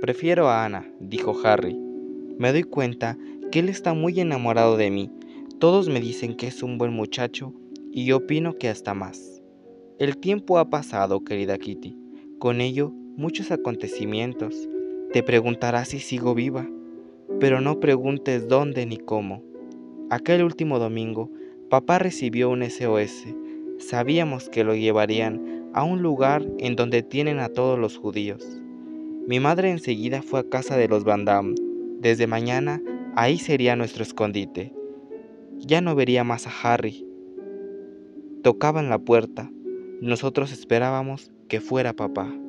Prefiero a Ana, dijo Harry. Me doy cuenta que él está muy enamorado de mí. Todos me dicen que es un buen muchacho y yo opino que hasta más. El tiempo ha pasado, querida Kitty. Con ello, muchos acontecimientos. Te preguntarás si sigo viva, pero no preguntes dónde ni cómo. Aquel último domingo, papá recibió un SOS. Sabíamos que lo llevarían a un lugar en donde tienen a todos los judíos. Mi madre enseguida fue a casa de los Van Damme. Desde mañana, ahí sería nuestro escondite. Ya no vería más a Harry. Tocaban la puerta. Nosotros esperábamos que fuera papá.